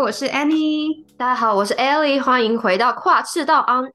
我是 Annie。 大家好，我是 Ellie，欢迎回到跨赤道 On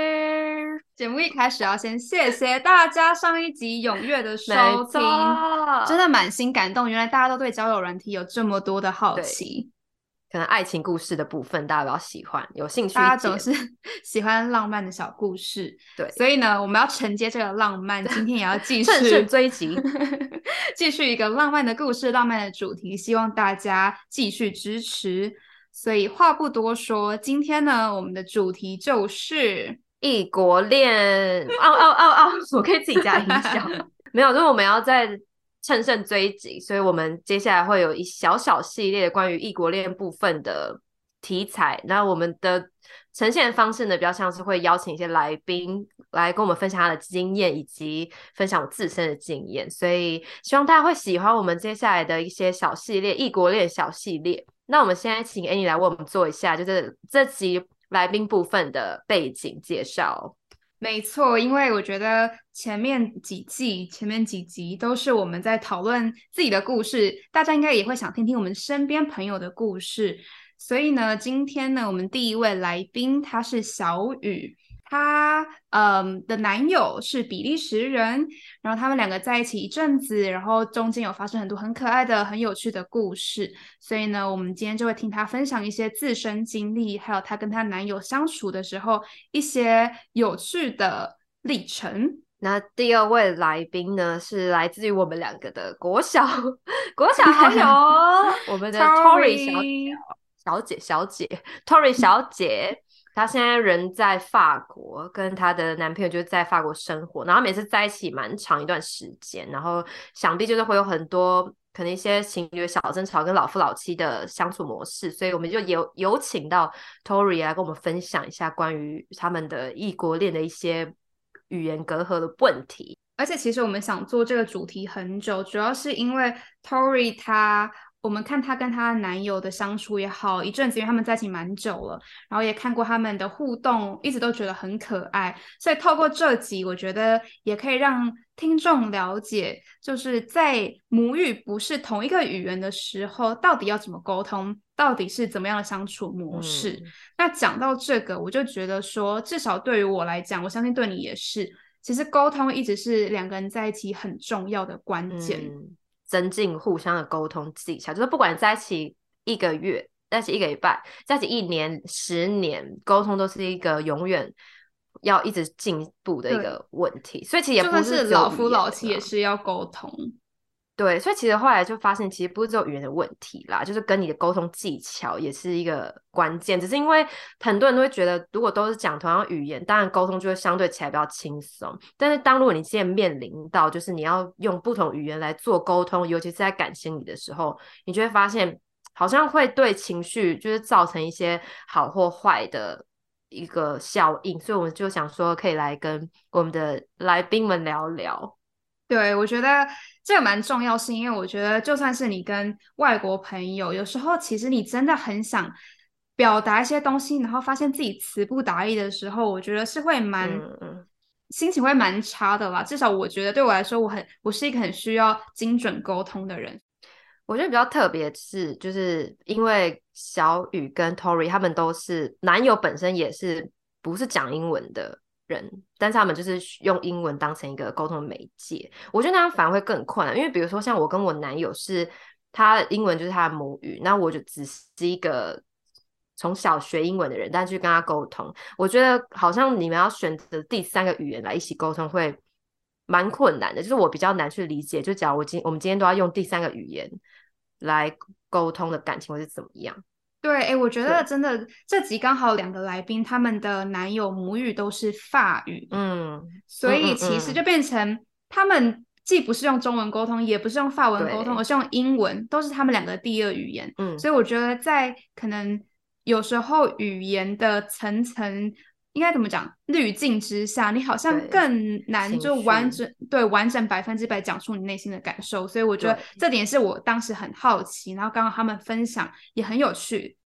Air。 节目一开始要先谢谢大家上一集踊跃的没收听，真错， 的满心感动。原来大家都对交友软体有这么多的好对， 奇， 可能爱情故事的部分大家比较喜欢，有兴趣一点。 大家总是喜欢浪漫的小故事，所对， 以呢，我们要承接这个浪漫，今天也要继乘胜续追击。 继续一个浪漫的故事、浪漫的主题，希望大家继续支持。所以话不多说，今天呢，我们的主题就是异国恋，嗷嗷嗷嗷，我可以自己加音效。没有，就是我们要在乘胜追击，所以我们接下来会有一小小系列关于异国恋部分的题材。那我们的呈现方式呢，比较像是会邀请一些来宾来跟我们分享他的经验，以及分享我自身的经验。所以希望大家会喜欢我们接下来的一些小系列，异国恋小系列。那我们现在请 Annie 来为我们做一下，就是这集来宾部分的背景介绍。 没错，因为我觉得前面几集都是我们在讨论自己的故事，大家应该也会想听听我们身边朋友的故事。所以呢，今天呢，我们第一位来宾他是小雨，她的男友是比利时人，然后他们两个在一起一阵子，然后中间有发生很多很可爱的、很有趣的故事。所以呢，我们今天就会听她分享一些自身经历，还有她跟她男友相处的时候一些有趣的历程。 那第二位来宾呢，是来自于我们两个的国小国小好友，我们的 Tori Tori， 小姐 Tori 小姐，她现在人在法国，跟她的男朋友就是在法国生活，然后每次在一起蛮长一段时间，然后想必就是会有很多可能一些情侣小争吵跟老夫老妻的相处模式，所以我们就有请到 Tori 来跟我们分享一下关于他们的异国恋的一些语言隔阂的问题。 而且其实我们想做这个主题很久，主要是因为 Tori 她，我们看她跟她男友的相处也好一阵子，因为他们在一起蛮久了，然后也看过他们的互动，一直都觉得很可爱。所以透过这集，我觉得也可以让听众了解，就是在母语不是同一个语言的时候，到底要怎么沟通，到底是怎么样的相处模式。 嗯那讲到这个，我就觉得说，至少对于我来讲，我相信对你也是。其实沟通一直是两个人在一起很重要的关键。 嗯，增进互相的沟通技巧，就是不管在一起一个月，在一起一个礼拜，在一起1年、10年，沟通都是一个永远要一直进步的一对， 个问题。所以其实也就算不是只有是老夫语言老妻也啦。 是要沟通。 对，所以其实后来就发现，其实不是只有语言的问题啦，就是跟你的沟通技巧也是一个关键。只是因为很多人都会觉得，如果都是讲同样语言，当然沟通就会相对起来比较轻松。但是当如果你现在面临到就是你要用不同语言来做沟通，尤其是在感情里的时候，你就会发现好像会对情绪就是造成一些好或坏的一个效应。所以我们就想说，可以来跟我们的来宾们聊聊。 对，我觉得这个蛮重要，是因为我觉得就算是你跟外国朋友，有时候其实你真的很想表达一些东西，然后发现自己词不达意的时候，我觉得是会蛮嗯嗯。 心情会蛮差的啦。至少我觉得对我来说，我是一个很需要精准沟通的人。 我觉得比较特别是，就是因为小雨跟 Tory 他们都是男友本身也是不是讲英文的人，但是他们就是用英文当成一个沟通的媒介。我觉得那样反而会更困难，因为比如说像我跟我男友是，他英文就是他的母语，那我就只是一个从小学英文的人，但去跟他沟通，我觉得好像你们要选择第三个语言来一起沟通会蛮困难的，就是我比较难去理解。就假如我们今天都要用第三个语言来沟通的感情会是怎么样？ 对，哎，我觉得对， 真的这集刚好两个来宾，他们的男友母语都是法语， 嗯所以嗯嗯其实就嗯， 变成他们既不是用中文沟通，也不是用法文沟通，而对， 是用英文，都是他们两个的第二语言。 嗯所以我觉得在可能有时候语言的层层应该怎么讲滤镜之下，你好像对， 更难情就完绪， 整对完整100%讲出你内心的感受。所以我觉得对。 这点是我当时很好奇，然后刚刚他们分享也很有趣。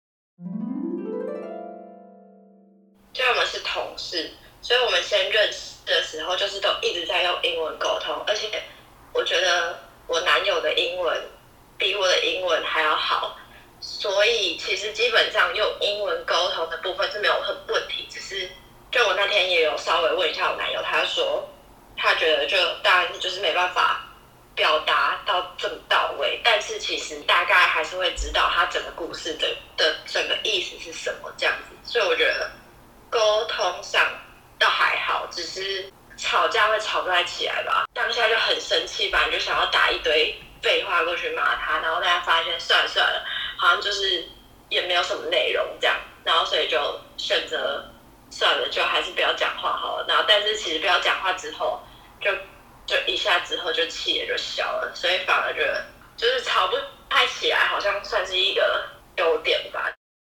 就我们是同事，所以我们先认识的时候，就是都一直在用英文沟通，而且我觉得我男友的英文比我的英文还要好， 所以其实基本上用英文沟通的部分是没有很问题，只是就我那天也有稍微问一下我男友，他说他觉得就当然就是没办法表达到这么到位，但是其实大概还是会知道他整个故事的整个意思是什么这样子，所以我觉得沟通上倒还好，只是吵架会吵不太起来吧，当下就很生气吧，你就想要打一堆废话过去骂他，然后大家发现算了算了，好像就是也没有什么内容这样，然后所以就选择算了，就还是不要讲话好了。然后但是其实不要讲话之后，就一下之后就气也就消了，所以反而觉得就是吵不太起来，好像算是一个优点吧。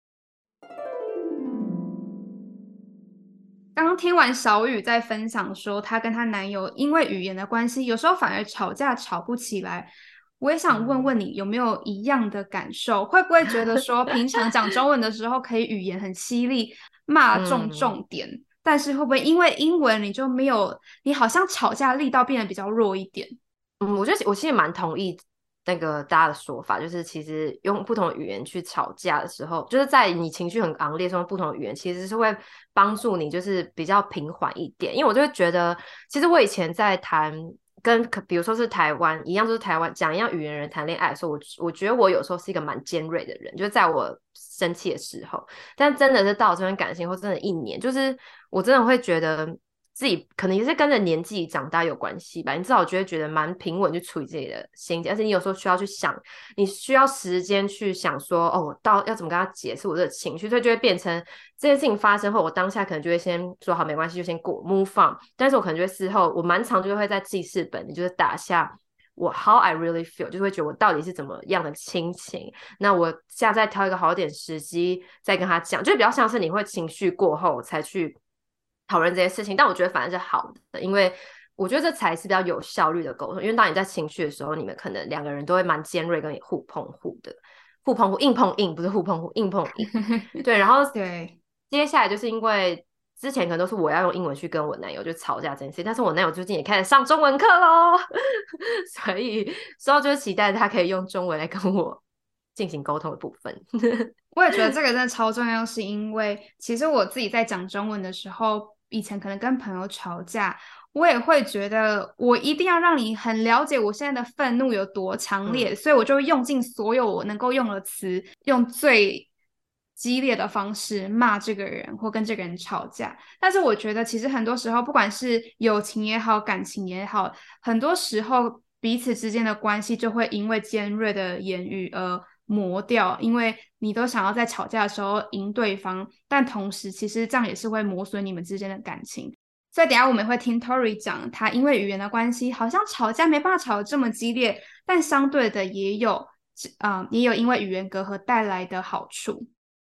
刚刚听完小雨在分享说，她跟她男友因为语言的关系，有时候反而吵架吵不起来。我也想问问你，有没有一样的感受？会不会觉得说，平常讲中文的时候可以语言很犀利，骂中重点，但是会不会因为英文你就没有，你好像吵架力道变得比较弱一点？ 我觉得我其实蛮同意那个大家的说法，就是其实用不同的语言去吵架的时候，就是在你情绪很昂烈的时候，不同的语言其实是会帮助你就是比较平缓一点。因为我就会觉得，其实我以前在谈跟比如说是台湾一样，就是台湾讲一样语言人谈恋爱的时候，我觉得我有时候是一个蛮尖锐的人，就是在我生气的时候，但真的是到这段感情或真的一年，就是我真的会觉得自己可能也是跟着年纪长大有关系吧，你至少就会觉得蛮平稳去处理自己的心情，而且你有时候需要去想，你需要时间去想说，哦，我到要怎么跟他解释我这个情绪，所以就会变成这件事情发生后，我当下可能就会先说好没关系，就先过 move on， 但是我可能就会事后，我蛮常就会在记事本里就是打下我 how I really feel， 就是会觉得我到底是怎么样的心情，那我现在再挑一个好一点时机再跟他讲，就比较像是你会情绪过后才去讨论这些事情，但我觉得反而是好的，因为我觉得这才是比较有效率的沟通。因为当你在情绪的时候，你们可能两个人都会蛮尖锐，跟你互碰互的，互碰互，硬碰硬，不是互碰互，硬碰硬。对，然后对， 接下来就是因为之前可能都是我要用英文去跟我男友就吵架这件事，但是我男友最近也开始上中文课咯，所以之后就是期待他可以用中文来跟我进行沟通的部分。 我也觉得这个真的超重要，是因为其实我自己在讲中文的时候，以前可能跟朋友吵架，我也会觉得我一定要让你很了解我现在的愤怒有多强烈，所以我就会用尽所有我能够用的词，用最激烈的方式骂这个人或跟这个人吵架。但是我觉得其实很多时候，不管是友情也好，感情也好，很多时候彼此之间的关系就会因为尖锐的言语而磨掉，因为你都想要在吵架的时候赢对方，但同时其实这样也是会磨损你们之间的感情。所以等一下我们会听 Tori 讲，他因为语言的关系，好像吵架没办法吵得这么激烈，但相对的也有因为语言隔阂带来的好处。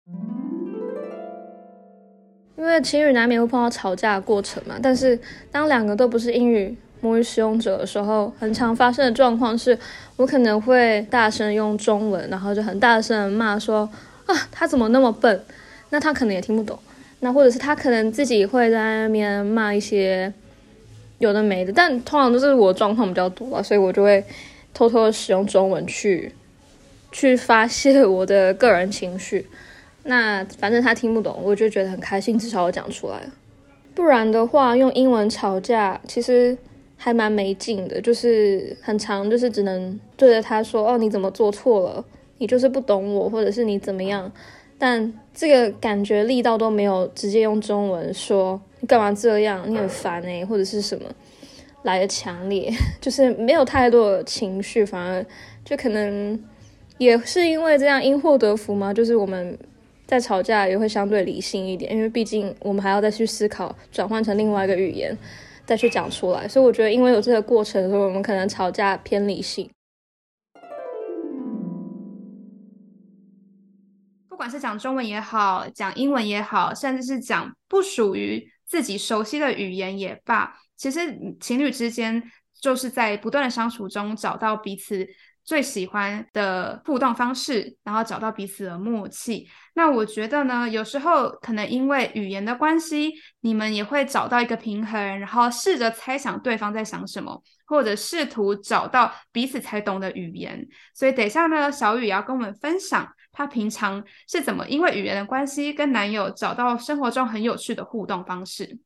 因为情侣难免会碰到吵架的过程嘛，但是当两个都不是英语母语使用者的时候，很常发生的状况是，我可能会大声用中文，然后就很大声的骂说啊，他怎么那么笨？那他可能也听不懂，那或者是他可能自己会在那边骂一些有的没的，但通常都是我状况比较多啊，所以我就会偷偷的使用中文去发泄我的个人情绪。那反正他听不懂，我就觉得很开心，至少我讲出来了。不然的话，用英文吵架其实还蛮没劲的，就是很常就是只能对着他说，哦，你怎么做错了？你就是不懂我，或者是你怎么样？但这个感觉力道都没有直接用中文说你干嘛这样？你很烦欸，或者是什么来的强烈，就是没有太多的情绪，反而就可能也是因为这样因祸得福嘛，就是我们在吵架也会相对理性一点，因为毕竟我们还要再去思考转换成另外一个语言再去讲出来，所以我觉得因为有这个过程，所以我们可能吵架偏理性。 不管是讲中文也好，讲英文也好，甚至是讲不属于自己熟悉的语言也罢，其实情侣之间就是在不断的相处中找到彼此最喜欢的互动方式，然后找到彼此的默契。那我觉得呢，有时候可能因为语言的关系，你们也会找到一个平衡，然后试着猜想对方在想什么，或者试图找到彼此才懂的语言。所以等一下呢，小雨也要跟我们分享她平常是怎么因为语言的关系跟男友找到生活中很有趣的互动方式。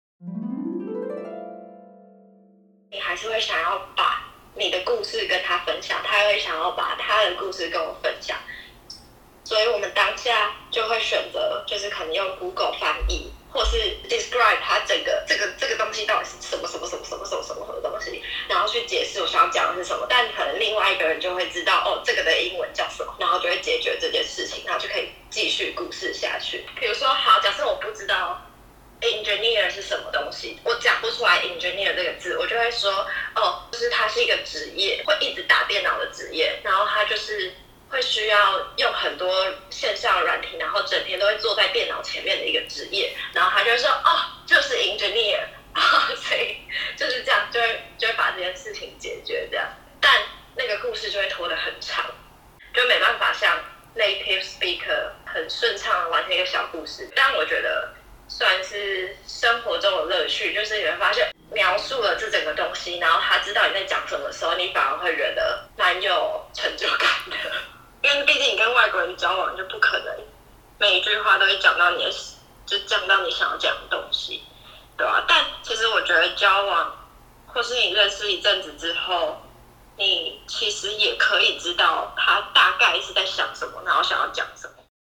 你还是会想要把你的故事跟他分享，他会想要把他的故事跟我分享，所以我们当下就会选择就是可能用 Google 翻译，或是 describe 它整个这个东西到底是什么的东西，然后去解释我想要讲的是什么，但可能另外一个人就会知道哦这个的英文叫什么，然后就会解决这件事情，然后就可以继续故事下去。比如说好，假设我不知道engineer 是什么东西，我讲不出来 engineer 这个字，我就会说哦，就是它是一个职业，会一直打电脑的职业，然后它就是会需要用很多线上软体，然后整天都会坐在电脑前面的一个职业，然后他就会说哦，就是 engineer， 所以就是这样，就会把这件事情解决这样，但那个故事就会拖得很长，就没办法像 native speaker 很顺畅的完成一个小故事。但我觉得算是生活中的乐趣，就是你会发现描述了这整个东西，然后他知道你在讲什么的时候，你反而会觉得蛮有成就感的。因为毕竟你跟外国人交往，就不可能每一句话都会讲到就讲到你想要讲的东西，对吧？但其实我觉得交往或是你认识一阵子之后，你其实也可以知道他大概是在想什么，然后想要讲什么。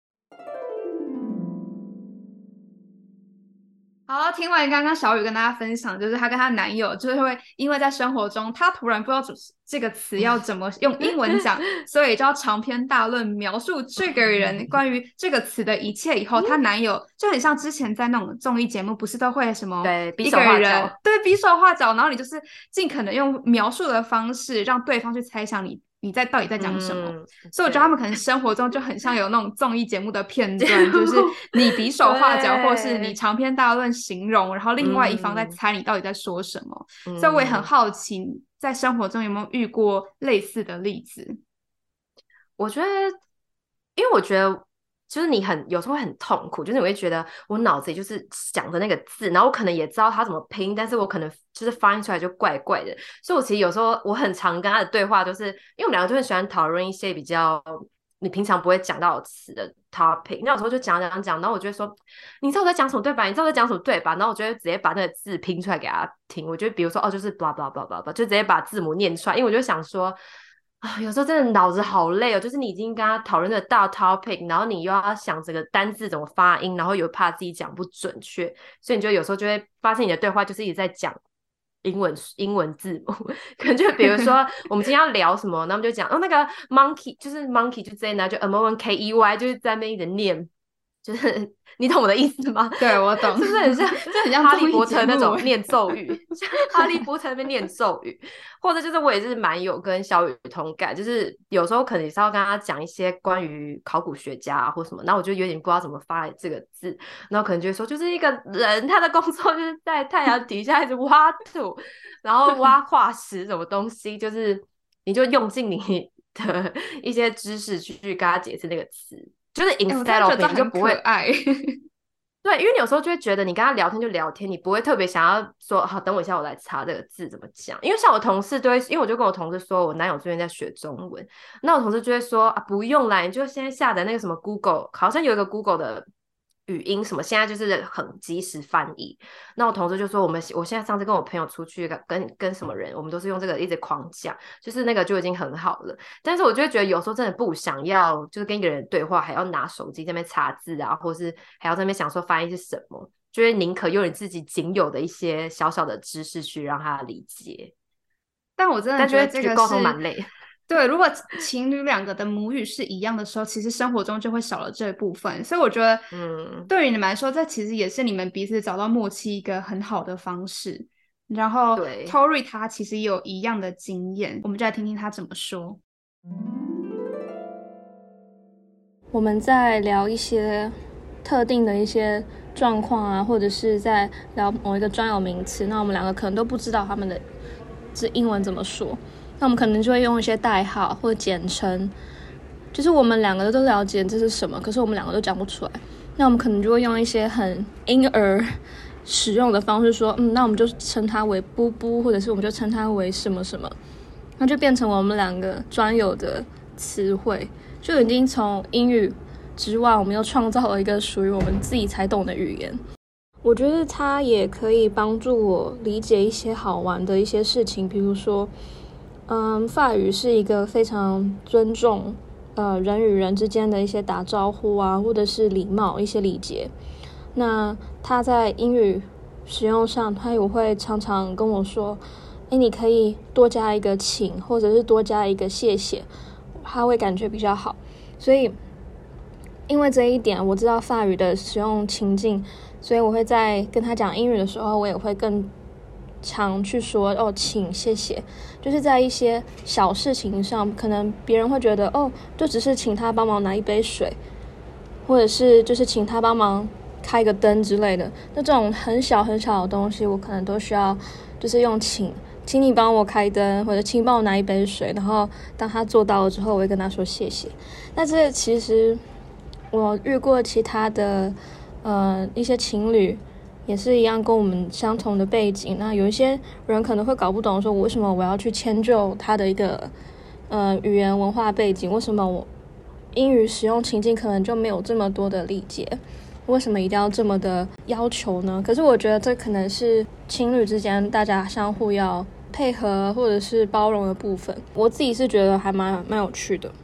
好，听完刚刚小雨跟大家分享，就是她跟她男友就是会因为在生活中她突然不知道这个词要怎么用英文讲，所以就要长篇大论描述这个人关于这个词的一切，以后她男友就很像之前在那种综艺节目不是都会什么一个人对比手画脚，然后你就是尽可能用描述的方式让对方去猜想你到底在讲什么，所以我觉得他们可能生活中就很像有那种综艺节目的片段，就是你比手画脚或是你长篇大论形容，然后另外一方在猜你到底在说什么，所以我也很好奇在生活中有没有遇过类似的例子。 我觉得因为我觉得就是你有时候会很痛苦，就是你会觉得我脑子里就是想着那个字，然后我可能也知道它怎么拼，但是我可能就是发音出来就怪怪的，所以我其实有时候我很常跟他的对话都是因为我们两个都很喜欢讨论一些比较你平常不会讲到的词的 topic， 那有时候就讲，然后我就会说你知道我在讲什么对吧，你知道我在讲什么对吧，然后我就会直接把那个字拼出来给他听，我就比如说哦就是 blah blah blah blah blah， 就直接把字母念出来，因为我就想说有时候真的脑子好累哦，就是你已经跟他讨论的大 topic， 然后你又要想整个单字怎么发音，然后又怕自己讲不准确，所以你就有时候就会发现你的对话就是一直在讲英文字母，可能就比如说我们今天要聊什么，然后我们就讲那个 monkey 就是 monkey 就直接拿就 monkey 就是在那边一直念，就是你懂我的意思吗？ 对，我懂， 是不是很像就很像哈利波特那种念咒语，像哈利波特那边念咒语，或者就是我也是蛮有跟小雨同感，就是有时候可能也是要跟他讲一些关于考古学家或什么，然后我就有点不知道怎么发这个字，然后可能就会说就是一个人他的工作就是在太阳底下一直挖土，然后挖化石什么东西，就是你就用尽你的一些知识去跟他解释那个词。就是 instead of 你就不会对，因为你有时候就会觉得你跟他聊天就聊天，你不会特别想要说好等我一下我来查这个字怎么讲，因为像我同事都会，因为我就跟我同事说我男友最近在学中文，那我同事就会说不用啦，你就现在下载那个什么 Google， 好像有一个 Google 的语音什么现在就是很即时翻译，那我同事就说我现在上次跟我朋友出去跟什么人我们都是用这个一直狂讲，就是那个就已经很好了，但是我就会觉得有时候真的不想要就是跟一个人对话还要拿手机在那边查字啊，或是还要在那边想说翻译是什么，就是宁可用你自己仅有的一些小小的知识去让他理解， 但我真的觉得这个沟通蛮累。 对，如果情侣两个的母语是一样的时候，其实生活中就会少了这部分，所以我觉得对于你们来说这其实也是你们彼此找到默契一个很好的方式。然后 Tori 他其实也有一样的经验，我们就来听听他怎么说。 我们在聊一些特定的一些状况啊，或者是在聊某一个专有名词，那我们两个可能都不知道他们的这英文怎么说，那我们可能就会用一些代号或者简称，就是我们两个都了解这是什么，可是我们两个都讲不出来，那我们可能就会用一些很婴儿使用的方式说那我们就称它为布布，或者是我们就称它为什么什么，那就变成我们两个专有的词汇就已经从英语之外，我们又创造了一个属于我们自己才懂的语言。我觉得它也可以帮助我理解一些好玩的一些事情，比如说，法语是一个非常尊重人与人之间的一些打招呼啊，或者是礼貌一些礼节。那他在英语使用上，他也会常常跟我说，你可以多加一个请，或者是多加一个谢谢，他会感觉比较好。所以因为这一点我知道法语的使用情境，所以我会在跟他讲英语的时候，我也会更常去说请谢谢，就是在一些小事情上，可能别人会觉得就只是请他帮忙拿一杯水，或者是就是请他帮忙开个灯之类的，那这种很小很小的东西，我可能都需要就是用请你帮我开灯，或者请帮我拿一杯水，然后当他做到了之后，我会跟他说谢谢。那这其实我遇过其他的一些情侣也是一样，跟我们相同的背景。那有一些人可能会搞不懂，说我为什么我要去迁就他的一个语言文化背景，为什么我英语使用情境可能就没有这么多的理解，为什么一定要这么的要求呢？可是我觉得这可能是情侣之间大家相互要配合或者是包容的部分，我自己是觉得还蛮有趣的。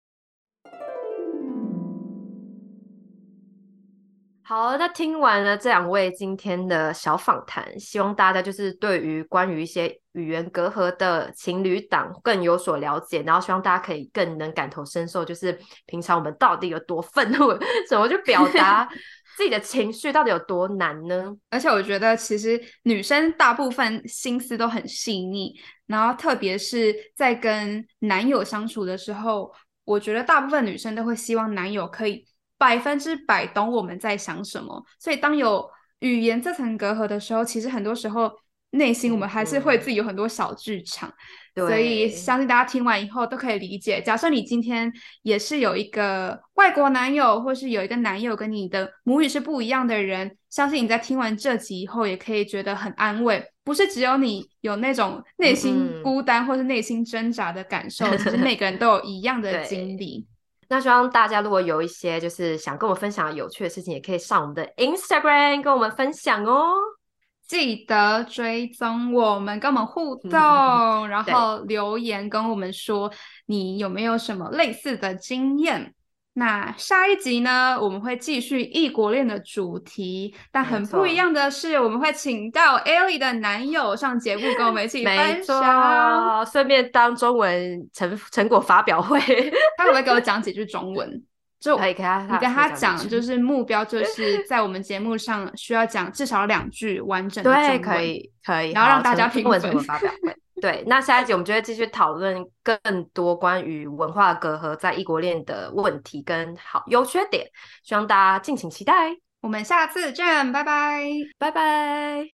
好，那听完了这两位今天的小访谈，希望大家就是对于关于一些语言隔阂的情侣档更有所了解，然后希望大家可以更能感同身受，就是平常我们到底有多愤怒，怎么去表达自己的情绪到底有多难呢？ 而且我觉得其实女生大部分心思都很细腻，然后特别是在跟男友相处的时候，我觉得大部分女生都会希望男友可以100%懂我们在想什么，所以当有语言这层隔阂的时候，其实很多时候内心我们还是会自己有很多小剧场。所以相信大家听完以后都可以理解，假设你今天也是有一个外国男友，或是有一个男友跟你的母语是不一样的人，相信你在听完这集以后也可以觉得很安慰，不是只有你有那种内心孤单或是内心挣扎的感受，其实每个人都有一样的经历。 那希望大家如果有一些就是想跟我们分享有趣的事情，也可以上我们的 Instagram 跟我们分享哦。 记得追踪我们，跟我们互动，然后留言跟我们说你有没有什么类似的经验。那下一集呢，我们会继续异国恋的主题，但很不一样的是，我们会请到 Ellie 的男友上节目跟我们一起分享， 顺便当中文成果发表会。 他会不会给我讲几句中文？就可以跟他， 你跟他讲，就是目标就是在我们节目上需要讲至少2句完整的中文， 对，可以， 然后让大家评分。 成果发表会。对，那下一集我们就会继续讨论更多关于文化隔阂在异国恋的问题跟优缺点，希望大家敬请期待。 我们下次见，拜拜， 拜拜。